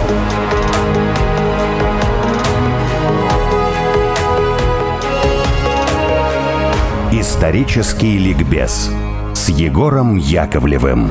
Исторический ликбез с Егором Яковлевым.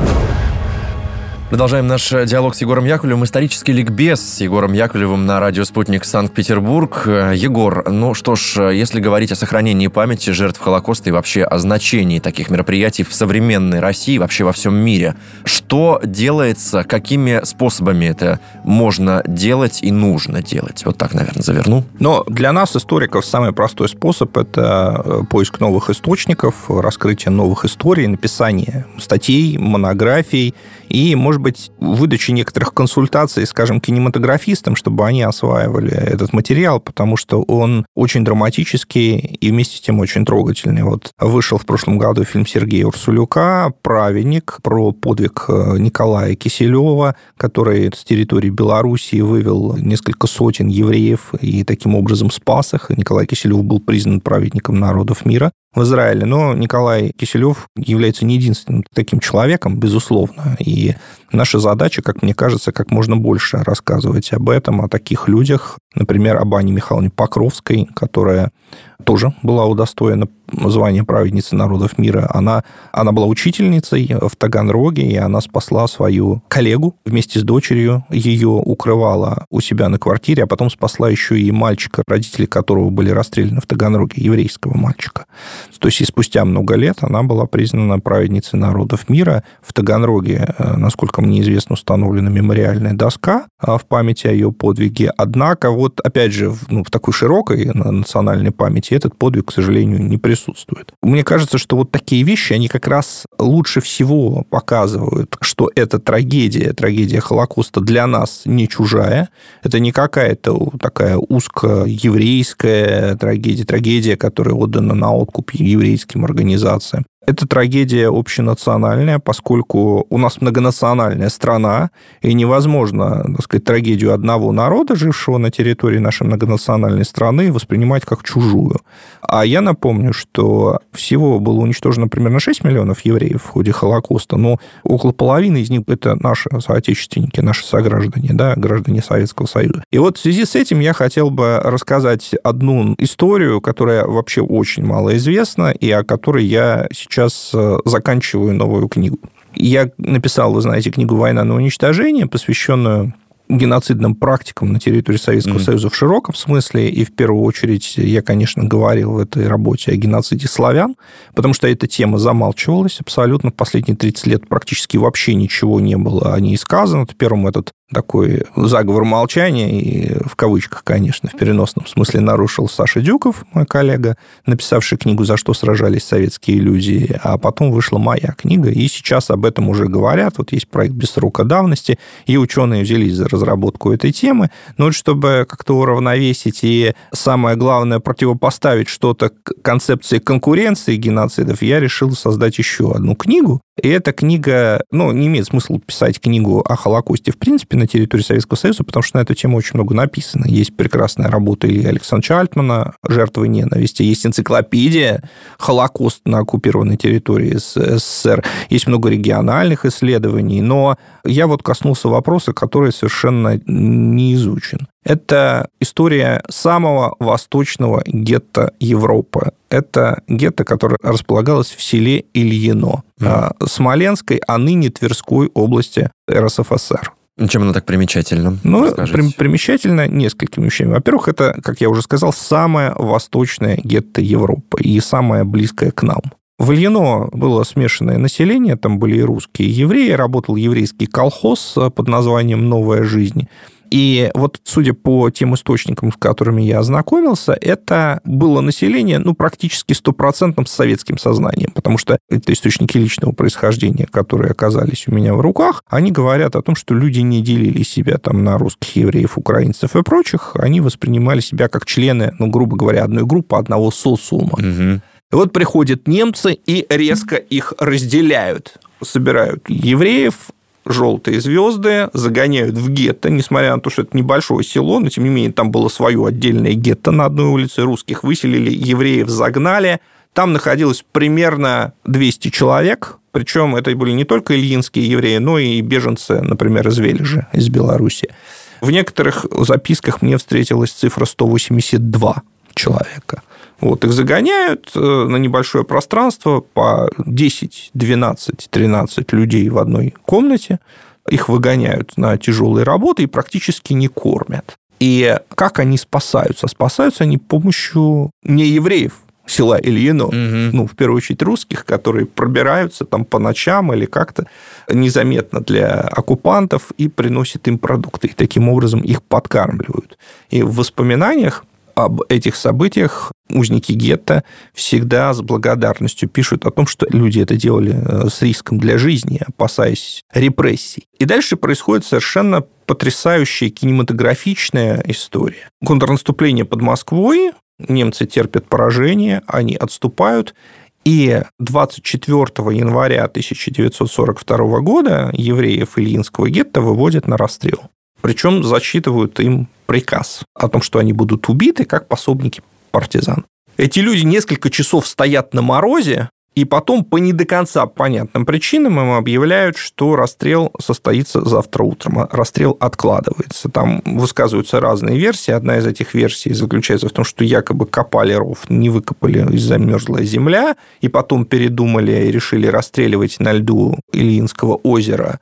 Продолжаем наш диалог с Егором Яковлевым. Исторический ликбез с Егором Яковлевым на радио «Спутник» Санкт-Петербург. Егор, ну что ж, если говорить о сохранении памяти жертв Холокоста и вообще о значении таких мероприятий в современной России, вообще во всем мире, что делается, какими способами это можно делать и нужно делать? Вот так, наверное, заверну. Но для нас, историков, самый простой способ – это поиск новых источников, раскрытие новых историй, написание статей, монографий и, может быть, выдачи некоторых консультаций, скажем, кинематографистам, чтобы они осваивали этот материал, потому что он очень драматический и вместе с тем очень трогательный. Вот вышел в прошлом году фильм Сергея Урсулюка «Праведник» про подвиг Николая Киселева, который с территории Белоруссии вывел несколько сотен евреев и таким образом спас их. Николай Киселев был признан праведником народов мира в Израиле. Но Николай Киселев является не единственным таким человеком, безусловно. И наша задача, как мне кажется, как можно больше рассказывать об этом, о таких людях. Например, об Анне Михайловне Покровской, которая тоже была удостоена звания праведницы народов мира. Она была учительницей в Таганроге, и она спасла свою коллегу вместе с дочерью. Ее укрывала у себя на квартире, а потом спасла еще и мальчика, родители которого были расстреляны в Таганроге, еврейского мальчика. То есть и спустя много лет она была признана праведницей народов мира. В Таганроге, насколько мне известно, установлена мемориальная доска в памяти о ее подвиге. Однако, вот опять же, в такой широкой национальной памяти этот подвиг, к сожалению, не присутствует. Мне кажется, что вот такие вещи, они как раз лучше всего показывают, что эта трагедия Холокоста для нас не чужая. Это не какая-то такая узкоеврейская трагедия, которая отдана на откуп еврейским организациям. Это трагедия общенациональная, поскольку у нас многонациональная страна, и невозможно, так сказать, трагедию одного народа, жившего на территории нашей многонациональной страны, воспринимать как чужую. А я напомню, что всего было уничтожено примерно 6 миллионов евреев в ходе Холокоста, но около половины из них это наши соотечественники, наши сограждане, да, граждане Советского Союза. И вот в связи с этим я хотел бы рассказать одну историю, которая вообще очень мало известна, и о которой я сейчас заканчиваю новую книгу. Я написал, вы знаете, книгу «Война на уничтожение», посвященную геноцидным практикам на территории Советского Союза в широком смысле. И в первую очередь я, конечно, говорил в этой работе о геноциде славян, потому что эта тема замалчивалась абсолютно. В последние 30 лет практически вообще ничего не было о ней сказано. Первым этот такой заговор молчания, и в кавычках, конечно, в переносном смысле нарушил Саша Дюков, мой коллега, написавший книгу «За что сражались советские иллюзии», а потом вышла моя книга, и сейчас об этом уже говорят. Вот есть проект «Без срока давности», и ученые взялись за разработку этой темы. Но вот чтобы как-то уравновесить и, самое главное, противопоставить что-то к концепции конкуренции геноцидов, я решил создать еще одну книгу. И эта книга, не имеет смысла писать книгу о Холокосте в принципе на территории Советского Союза, потому что на эту тему очень много написано. Есть прекрасная работа Ильи Александровича Альтмана «Жертвы ненависти», есть энциклопедия «Холокост на оккупированной территории СССР», есть много региональных исследований, но я вот коснулся вопроса, который совершенно не изучен. Это история самого восточного гетто Европы. Это гетто, которое располагалось в селе Ильино Смоленской, а ныне Тверской области РСФСР. Чем она так примечательна? Примечательна несколькими вещами. Во-первых, это, как я уже сказал, самое восточное гетто Европы и самое близкое к нам. В Ильино было смешанное население, там были и русские, и евреи, работал еврейский колхоз под названием «Новая жизнь». И вот, судя по тем источникам, с которыми я ознакомился, это было население, практически 100% с советским сознанием, потому что это источники личного происхождения, которые оказались у меня в руках, они говорят о том, что люди не делили себя там на русских, евреев, украинцев и прочих, они воспринимали себя как члены, грубо говоря, одной группы, одного социума. Угу. И вот приходят немцы и резко их разделяют, собирают евреев, желтые звезды, загоняют в гетто, несмотря на то, что это небольшое село, но, тем не менее, там было свое отдельное гетто на одной улице, русских выселили, евреев загнали. Там находилось примерно 200 человек, причем это были не только ильинские евреи, но и беженцы, например, из Велижа, из Беларуси. В некоторых записках мне встретилась цифра 182 человека. Вот, их загоняют на небольшое пространство по 10, 12, 13 людей в одной комнате, их выгоняют на тяжелые работы и практически не кормят. И как они спасаются? Спасаются они с помощью неевреев села Ильино, в первую очередь русских, которые пробираются там по ночам или как-то незаметно для оккупантов и приносят им продукты. И таким образом их подкармливают. И в воспоминаниях об этих событиях узники гетто всегда с благодарностью пишут о том, что люди это делали с риском для жизни, опасаясь репрессий. И дальше происходит совершенно потрясающая кинематографичная история. Контрнаступление под Москвой, немцы терпят поражение, они отступают, и 24 января 1942 года евреев Ильинского гетто выводят на расстрел. Причем зачитывают им приказ о том, что они будут убиты как пособники партизан. Эти люди несколько часов стоят на морозе, и потом по не до конца понятным причинам им объявляют, что расстрел состоится завтра утром. Расстрел откладывается. Там высказываются разные версии. Одна из этих версий заключается в том, что якобы копали ров, не выкопали, замерзлая земля, и потом передумали и решили расстреливать на льду Ильинского озера,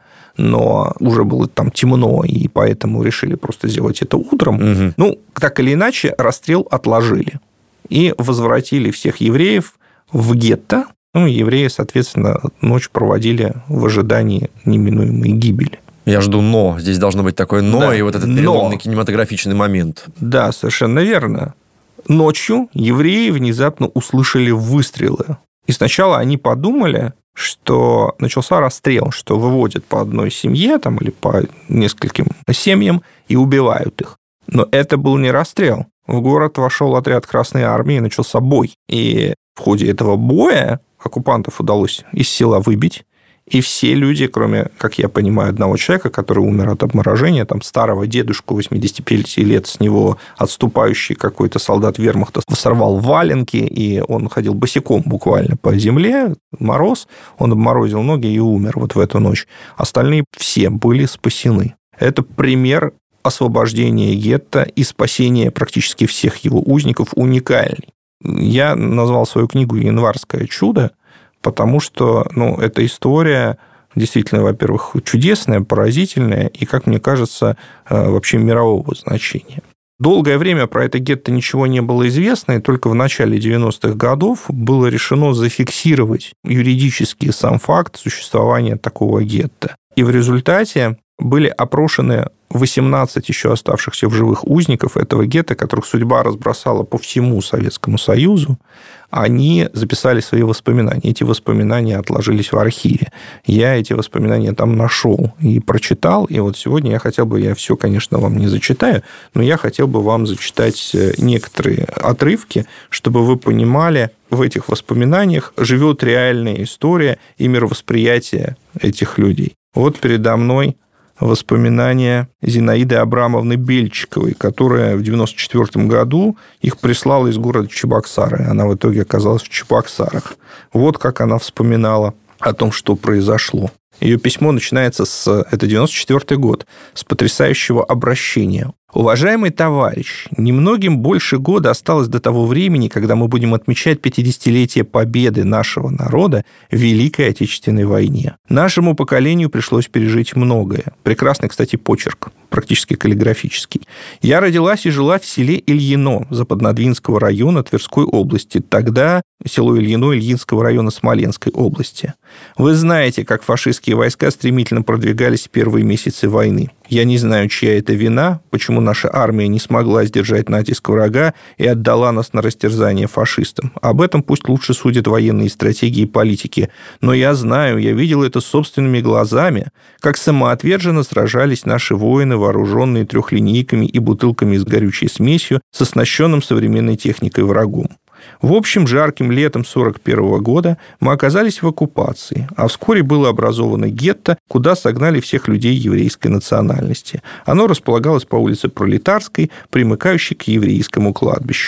но уже было там темно, и поэтому решили просто сделать это утром. Так или иначе, расстрел отложили и возвратили всех евреев в гетто. Евреи, соответственно, ночь проводили в ожидании неминуемой гибели. Я жду «но». Здесь должно быть такое «но», да, и вот этот переломный кинематографичный момент. Да, совершенно верно. Ночью евреи внезапно услышали выстрелы. И сначала они подумали, что начался расстрел, что выводят по одной семье там, или по нескольким семьям и убивают их. Но это был не расстрел. В город вошел отряд Красной Армии, и начался бой. И в ходе этого боя оккупантов удалось из села выбить, и все люди, кроме, как я понимаю, одного человека, который умер от обморожения, там старого дедушку 85 лет, с него отступающий какой-то солдат вермахта сорвал валенки, и он ходил босиком буквально по земле, мороз, он обморозил ноги и умер вот в эту ночь. Остальные все были спасены. Это пример освобождения гетто и спасения практически всех его узников уникальный. Я назвал свою книгу «Январское чудо», потому что эта история действительно, во-первых, чудесная, поразительная и, как мне кажется, вообще мирового значения. Долгое время про это гетто ничего не было известно, и только в начале 90-х годов было решено зафиксировать юридически сам факт существования такого гетто. И в результате были опрошены 18 еще оставшихся в живых узников этого гетто, которых судьба разбросала по всему Советскому Союзу. Они записали свои воспоминания. Эти воспоминания отложились в архиве. Я эти воспоминания там нашел и прочитал. И вот сегодня я все, конечно, вам не зачитаю, но я хотел бы вам зачитать некоторые отрывки, чтобы вы понимали, в этих воспоминаниях живет реальная история и мировосприятие этих людей. Вот передо мной воспоминания Зинаиды Абрамовны Бельчиковой, которая в 1994 году их прислала из города Чебоксары. Она в итоге оказалась в Чебоксарах. Вот как она вспоминала о том, что произошло. Ее письмо начинается это 1994 год, с потрясающего обращения. «Уважаемый товарищ, немногим больше года осталось до того времени, когда мы будем отмечать 50-летие победы нашего народа в Великой Отечественной войне. Нашему поколению пришлось пережить многое. Прекрасный, кстати, почерк, практически каллиграфический. Я родилась и жила в селе Ильино Западнодвинского района Тверской области, тогда село Ильино Ильинского района Смоленской области. Вы знаете, как фашистские войска стремительно продвигались в первые месяцы войны. Я не знаю, чья это вина, почему наша армия не смогла сдержать натиск врага и отдала нас на растерзание фашистам. Об этом пусть лучше судят военные стратегии и политики. Но я знаю, я видел это собственными глазами, как самоотверженно сражались наши воины, вооруженные трехлинейками и бутылками с горючей смесью, с оснащенным современной техникой врагом. В общем, жарким летом 1941 года мы оказались в оккупации, а вскоре было образовано гетто, куда согнали всех людей еврейской национальности. Оно располагалось по улице Пролетарской, примыкающей к еврейскому кладбищу.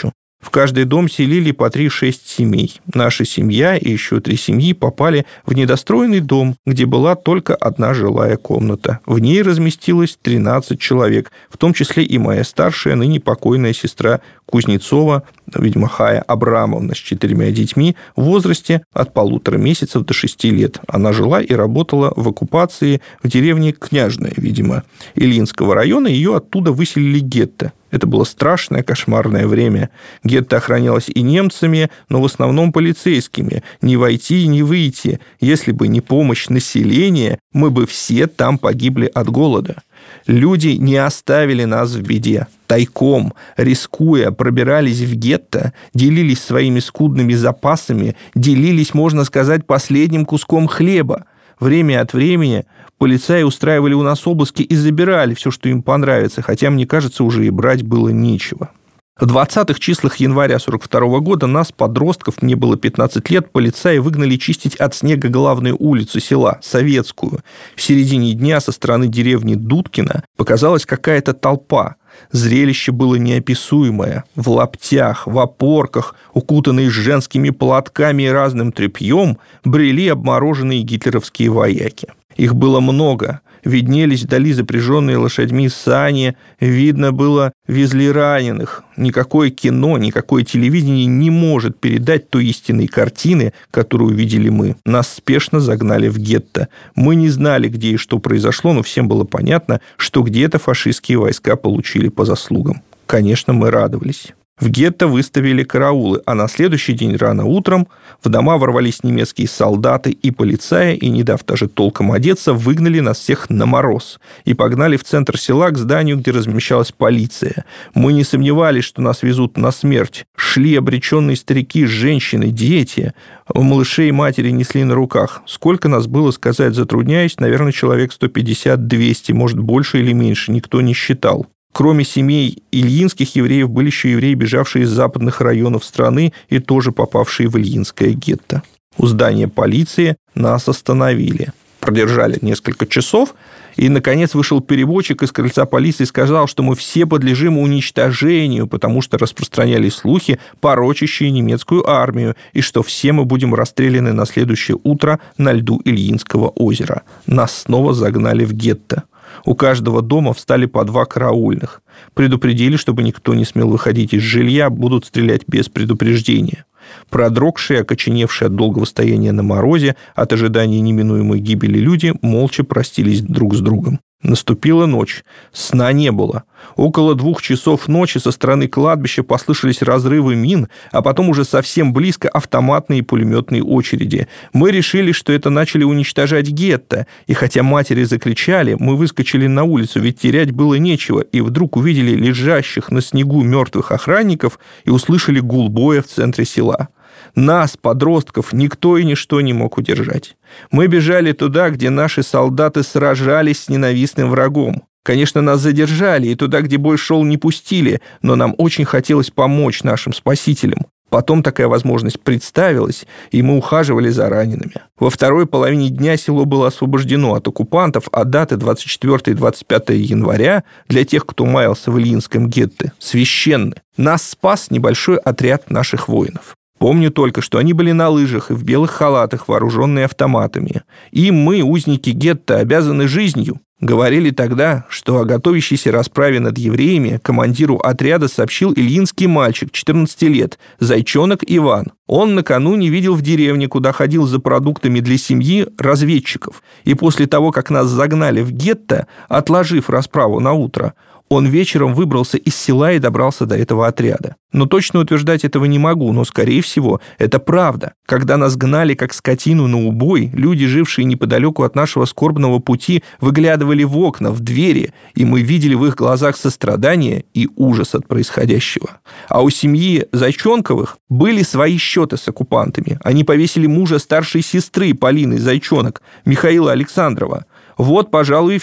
В каждый дом селили по 3-6 семей. Наша семья и еще 3 семьи попали в недостроенный дом, где была только одна жилая комната. В ней разместилось 13 человек, в том числе и моя старшая, ныне покойная сестра Кузнецова, видимо, Хая Абрамовна, с 4 детьми в возрасте от 1,5 месяцев до 6 лет. Она жила и работала в оккупации в деревне Княжная, видимо, Ильинского района. Ее оттуда выселили гетто. Это было страшное, кошмарное время. Гетто охранялось и немцами, но в основном полицейскими. Не войти, не выйти. Если бы не помощь населения, мы бы все там погибли от голода. Люди не оставили нас в беде. Тайком, рискуя, пробирались в гетто, делились своими скудными запасами, делились, можно сказать, последним куском хлеба. Время от времени полицаи устраивали у нас обыски и забирали все, что им понравится, хотя, мне кажется, уже и брать было нечего. В 20-х числах января 1942 года нас, подростков, мне было 15 лет, полицаи выгнали чистить от снега главную улицу села, Советскую. В середине дня со стороны деревни Дудкина показалась какая-то толпа. Зрелище было неописуемое. В лаптях, в опорках, укутанные женскими платками и разным тряпьем, брели обмороженные гитлеровские вояки. Их было много. Виднелись вдали запряженные лошадьми сани, видно было, везли раненых. Никакое кино, никакое телевидение не может передать той истинной картины, которую видели мы. Нас спешно загнали в гетто. Мы не знали, где и что произошло, но всем было понятно, что где-то фашистские войска получили по заслугам. Конечно, мы радовались. В гетто выставили караулы, а на следующий день рано утром в дома ворвались немецкие солдаты и полицаи, и, не дав даже толком одеться, выгнали нас всех на мороз и погнали в центр села к зданию, где размещалась полиция. Мы не сомневались, что нас везут на смерть. Шли обреченные старики, женщины, дети. Малышей и матери несли на руках. Сколько нас было, сказать затрудняюсь, наверное, человек 150-200, может, больше или меньше, никто не считал. Кроме семей ильинских евреев, были еще евреи, бежавшие из западных районов страны и тоже попавшие в ильинское гетто. У здания полиции нас остановили. Продержали несколько часов, и, наконец, вышел переводчик из крыльца полиции и сказал, что мы все подлежим уничтожению, потому что распространялись слухи, порочащие немецкую армию, и что все мы будем расстреляны на следующее утро на льду Ильинского озера. Нас снова загнали в гетто. У каждого дома встали по 2 караульных. Предупредили, чтобы никто не смел выходить из жилья, будут стрелять без предупреждения. Продрогшие, окоченевшие от долгого стояния на морозе, от ожидания неминуемой гибели люди молча простились друг с другом. Наступила ночь. Сна не было. Около 2 часов ночи со стороны кладбища послышались разрывы мин, а потом уже совсем близко автоматные и пулеметные очереди. Мы решили, что это начали уничтожать гетто, и хотя матери закричали, мы выскочили на улицу, ведь терять было нечего, и вдруг увидели лежащих на снегу мертвых охранников и услышали гул боя в центре села. Нас, подростков, никто и ничто не мог удержать. Мы бежали туда, где наши солдаты сражались с ненавистным врагом. Конечно, нас задержали, и туда, где бой шел, не пустили, но нам очень хотелось помочь нашим спасителям. Потом такая возможность представилась, и мы ухаживали за ранеными. Во второй половине дня село было освобождено от оккупантов, а даты 24 и 25 января для тех, кто маялся в Ильинском гетто, священны. Нас спас небольшой отряд наших воинов. Помню только, что они были на лыжах и в белых халатах, вооруженные автоматами. И мы, узники гетто, обязаны жизнью. Говорили тогда, что о готовящейся расправе над евреями командиру отряда сообщил ильинский мальчик, 14 лет, зайчонок Иван. Он накануне видел в деревне, куда ходил за продуктами для семьи, разведчиков. И после того, как нас загнали в гетто, отложив расправу на утро, он вечером выбрался из села и добрался до этого отряда. Но точно утверждать этого не могу, но, скорее всего, это правда. Когда нас гнали, как скотину, на убой, люди, жившие неподалеку от нашего скорбного пути, выглядывали в окна, в двери, и мы видели в их глазах сострадание и ужас от происходящего. А у семьи Зайчонковых были свои счеты с оккупантами. Они повесили мужа старшей сестры Полины Зайчонок, Михаила Александрова. Вот, пожалуй, и все.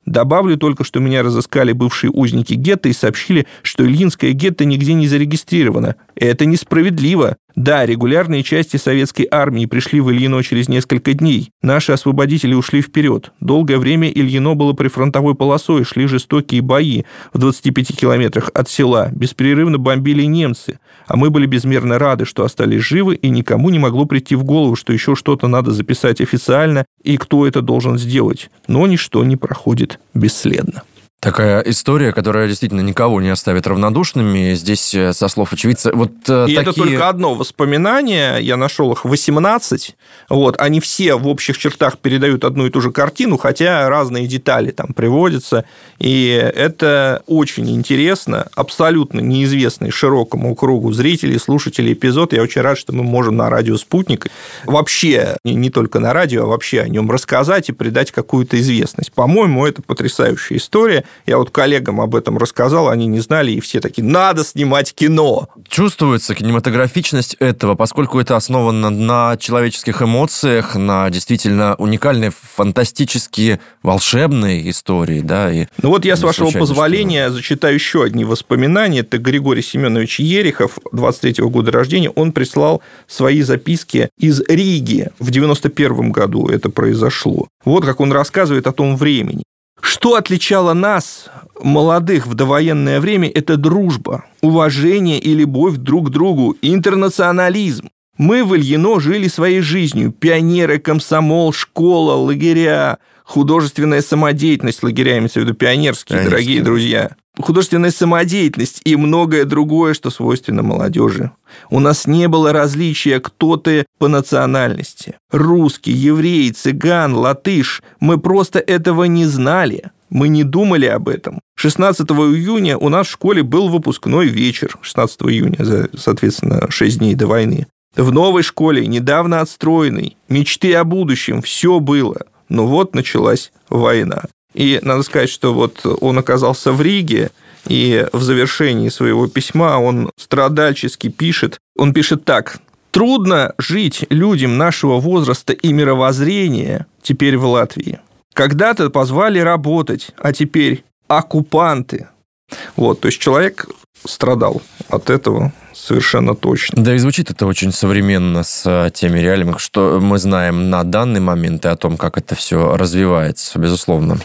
Добавлю только, что меня разыскали бывшие узники гетто и сообщили, что Ильинское гетто нигде не зарегистрировано. Это несправедливо. Да, регулярные части советской армии пришли в Ильино через несколько дней. Наши освободители ушли вперед. Долгое время Ильино было прифронтовой полосой, шли жестокие бои в 25 километрах от села. Беспрерывно бомбили немцы. А мы были безмерно рады, что остались живы, и никому не могло прийти в голову, что еще что-то надо записать официально, и кто это должен сделать. Но ничто не проходит бесследно. Такая история, которая действительно никого не оставит равнодушными. Здесь, со слов очевидца, это только одно воспоминание, я нашел их 18. Они все в общих чертах передают одну и ту же картину, хотя разные детали там приводятся. И это очень интересно, абсолютно неизвестный широкому кругу зрителей, слушателей эпизод. Я очень рад, что мы можем на радио «Спутник» вообще, не только на радио, а вообще о нем рассказать и придать какую-то известность. По-моему, это потрясающая история. Я коллегам об этом рассказал, они не знали, и все такие: надо снимать кино. Чувствуется кинематографичность этого, поскольку это основано на человеческих эмоциях, на действительно уникальной, фантастически волшебной истории. Да, и я, с вашего позволения, зачитаю еще одни воспоминания. Это Григорий Семенович Ерехов, 23-го года рождения. Он прислал свои записки из Риги. В 91-м году это произошло. Вот как он рассказывает о том времени. Что отличало нас, молодых, в довоенное время, это дружба, уважение и любовь друг к другу, интернационализм. Мы в Ильино жили своей жизнью. Пионеры, комсомол, школа, лагеря, художественная самодеятельность, лагеря, имеется в виду пионерские, дорогие друзья, художественная самодеятельность и многое другое, что свойственно молодежи. У нас не было различия, кто ты по национальности. Русский, еврей, цыган, латыш. Мы просто этого не знали. Мы не думали об этом. 16 июня у нас в школе был выпускной вечер. 16 июня, соответственно, 6 дней до войны. В новой школе, недавно отстроенной, мечты о будущем, все было. Но началась война. И надо сказать, что он оказался в Риге, и в завершении своего письма он страдальчески пишет. Он пишет так: «Трудно жить людям нашего возраста и мировоззрения теперь в Латвии. Когда-то позвали работать, а теперь оккупанты». То есть человек страдал от этого совершенно точно. Да, и звучит это очень современно с теми реалиями, что мы знаем на данный момент и о том, как это все развивается, безусловно.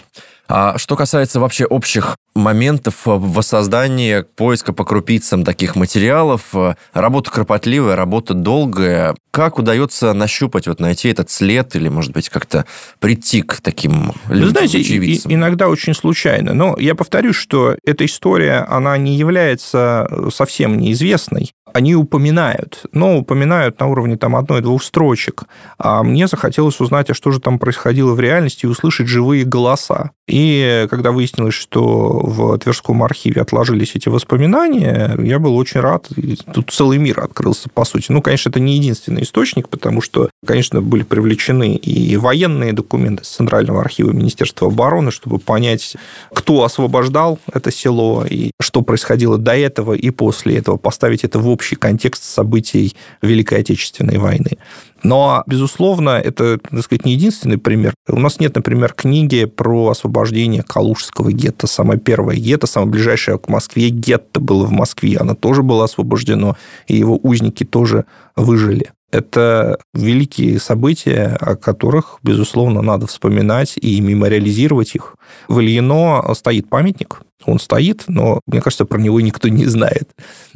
А что касается вообще общих моментов воссоздания, поиска по крупицам таких материалов, работа кропотливая, работа долгая. Как удается нащупать, найти этот след или, может быть, как-то прийти к таким людям, очевидцам? Иногда очень случайно. Но я повторюсь, что эта история, она не является совсем неизвестной. Они упоминают, но упоминают на уровне 1-2 строчек. А мне захотелось узнать, а что же там происходило в реальности, и услышать живые голоса. И когда выяснилось, что в Тверском архиве отложились эти воспоминания, я был очень рад. И тут целый мир открылся, по сути. Конечно, это не единственный источник, потому что, конечно, были привлечены и военные документы с Центрального архива Министерства обороны, чтобы понять, кто освобождал это село, и что происходило до этого и после этого, поставить это в общий контекст событий Великой Отечественной войны. Но, безусловно, это, так сказать, не единственный пример. У нас нет, например, книги про освобождение Калужского гетто. Самое первое гетто, самое ближайшее к Москве гетто было в Москве. Оно тоже было освобождено, и его узники тоже выжили. Это великие события, о которых, безусловно, надо вспоминать и мемориализировать их. В Ильино стоит памятник. Он стоит, но, мне кажется, про него никто не знает.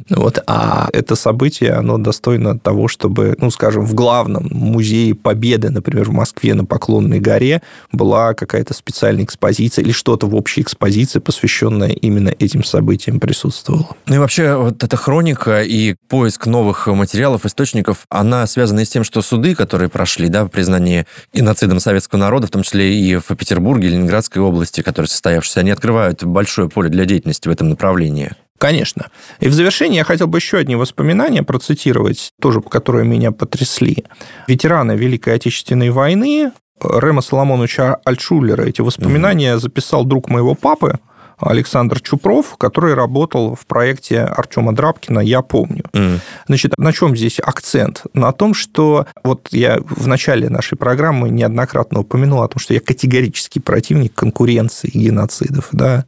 А это событие, оно достойно того, чтобы, скажем, в главном музее Победы, например, в Москве на Поклонной горе, была какая-то специальная экспозиция или что-то в общей экспозиции, посвященное именно этим событиям, присутствовало. И вообще, эта хроника и поиск новых материалов, источников, она связана и с тем, что суды, которые прошли, в признании геноцидом советского народа, в том числе и в Петербурге, Ленинградской области, которые состоявшиеся, они открывают большое поле для деятельности в этом направлении. Конечно. И в завершение я хотел бы еще одни воспоминания процитировать, тоже которые меня потрясли. Ветераны Великой Отечественной войны Рема Соломоновича Альтшуллера. Эти воспоминания записал друг моего папы, Александр Чупров, который работал в проекте Артема Драбкина «Я помню». Значит, на чем здесь акцент? На том, что вот я в начале нашей программы неоднократно упомянул о том, что я категорический противник конкуренции геноцидов. Да?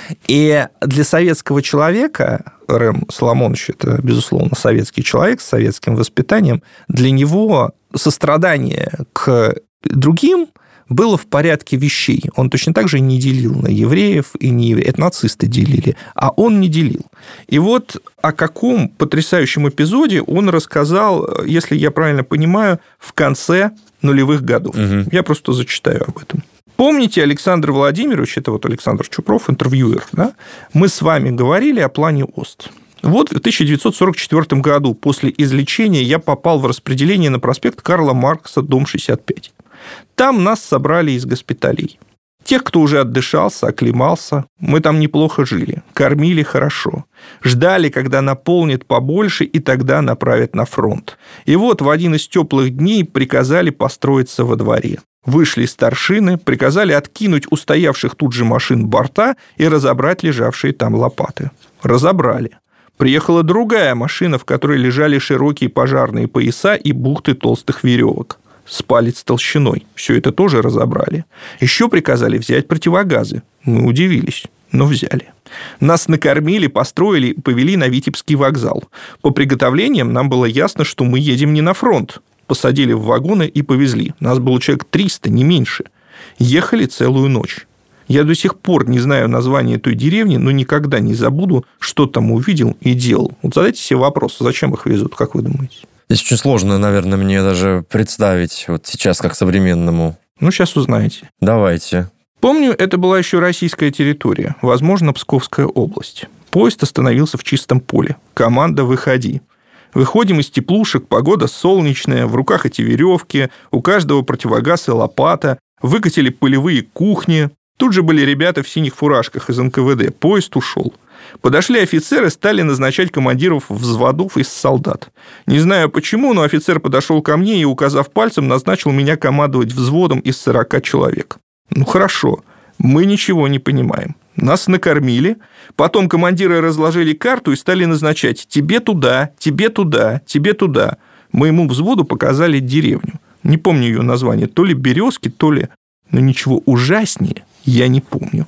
И для советского человека, Рэм Соломонович – это, безусловно, советский человек с советским воспитанием, для него сострадание к другим было в порядке вещей. Он точно так же не делил на евреев и не евреев. Это нацисты делили, а он не делил. И вот о каком потрясающем эпизоде он рассказал, если я правильно понимаю, в конце нулевых годов. Я просто зачитаю об этом. Помните, Александр Владимирович, это вот Александр Чупров, интервьюер, да? Мы с вами говорили о плане ОСТ. Вот в 1944 году после излечения я попал в распределение на проспект Карла Маркса, дом 65. Там нас собрали из госпиталей. Тех, кто уже отдышался, оклемался, мы там неплохо жили, кормили хорошо. Ждали, когда наполнит побольше, и тогда направят на фронт. И вот в один из теплых дней приказали построиться во дворе. Вышли старшины, приказали откинуть устоявших тут же машин борта и разобрать лежавшие там лопаты. Разобрали. Приехала другая машина, в которой лежали широкие пожарные пояса и бухты толстых веревок. С палец толщиной. Все это тоже разобрали. Еще приказали взять противогазы. Мы удивились, но взяли. Нас накормили, построили и повели на Витебский вокзал. По приготовлениям нам было ясно, что мы едем не на фронт. Посадили в вагоны и повезли. Нас было человек 300, не меньше. Ехали целую ночь. Я до сих пор не знаю название той деревни, но никогда не забуду, что там увидел и делал. Вот задайте себе вопрос, зачем их везут, как вы думаете? Здесь очень сложно, наверное, мне даже представить вот сейчас как современному. Ну, сейчас узнаете. Давайте. Помню, это была еще российская территория, возможно, Псковская область. Поезд остановился в чистом поле. Команда «Выходи». Выходим из теплушек, погода солнечная, в руках эти веревки, у каждого противогаз и лопата, выкатили полевые кухни. Тут же были ребята в синих фуражках из НКВД. Поезд ушел. Подошли офицеры, стали назначать командиров взводов из солдат. Не знаю почему, но офицер подошел ко мне и, указав пальцем, назначил меня командовать взводом из 40 человек. Ну, хорошо, мы ничего не понимаем. Нас накормили, потом командиры разложили карту и стали назначать тебе туда, тебе туда, тебе туда. Моему взводу показали деревню. Не помню ее название, то ли Березки, то ли... Но ничего ужаснее я не помню.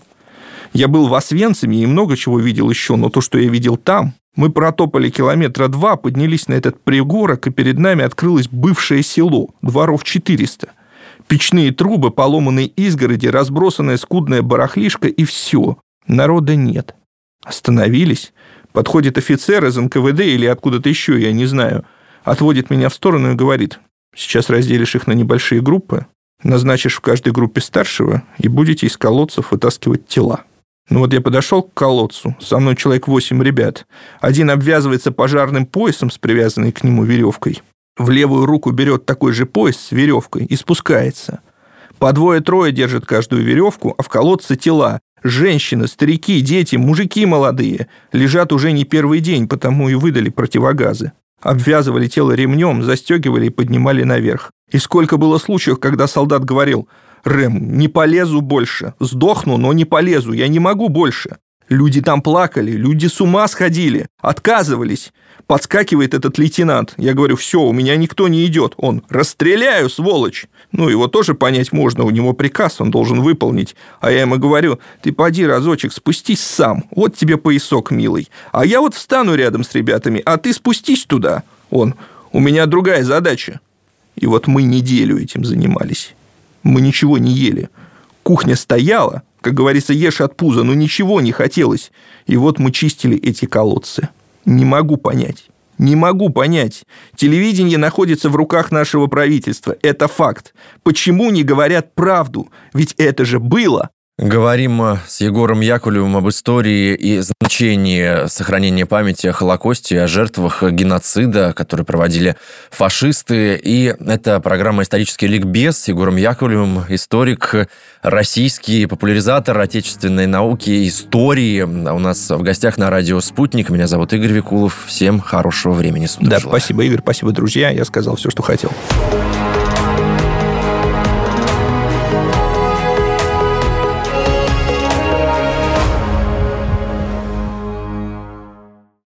Я был в Освенциме и много чего видел еще, но то, что я видел там... Мы протопали 2 километра, поднялись на этот пригорок, и перед нами открылось бывшее село, дворов 400. Печные трубы, поломанные изгороди, разбросанная скудная барахлишка, и все. Народа нет. Остановились. Подходит офицер из НКВД или откуда-то еще, я не знаю. Отводит меня в сторону и говорит: сейчас разделишь их на небольшие группы, назначишь в каждой группе старшего и будете из колодцев вытаскивать тела. Ну вот я подошел к колодцу, со мной человек 8 ребят. Один обвязывается пожарным поясом с привязанной к нему веревкой. В левую руку берет такой же пояс с веревкой и спускается. По 2-3 держат каждую веревку, а в колодце тела. Женщины, старики, дети, мужики молодые. Лежат уже не первый день, потому и выдали противогазы. Обвязывали тело ремнем, застегивали и поднимали наверх. И сколько было случаев, когда солдат говорил: «Рэм, не полезу больше. Сдохну, но не полезу. Я не могу больше». Люди там плакали, люди с ума сходили, отказывались. Подскакивает этот лейтенант. Я говорю: все, у меня никто не идет. Он: расстреляю, сволочь. Ну, его тоже понять можно, у него приказ, он должен выполнить. А я ему говорю: ты поди разочек, спустись сам. Вот тебе поясок, милый. А я вот встану рядом с ребятами, а ты спустись туда. Он: у меня другая задача. И вот мы неделю этим занимались. Мы ничего не ели. Кухня стояла, как говорится, ешь от пуза, но ничего не хотелось. И вот мы чистили эти колодцы. Не могу понять. Не могу понять. Телевидение находится в руках нашего правительства. Это факт. Почему не говорят правду? Ведь это же было. Говорим с Егором Яковлевым об истории и значении сохранения памяти о Холокосте, о жертвах геноцида, которые проводили фашисты. И это программа «Исторический ликбез» с Егором Яковлевым, историк, российский популяризатор отечественной науки, истории. У нас в гостях на радио «Спутник». Меня зовут Игорь Викулов. Всем хорошего времени суток. Да, спасибо, Игорь, спасибо, друзья. Я сказал все, что хотел.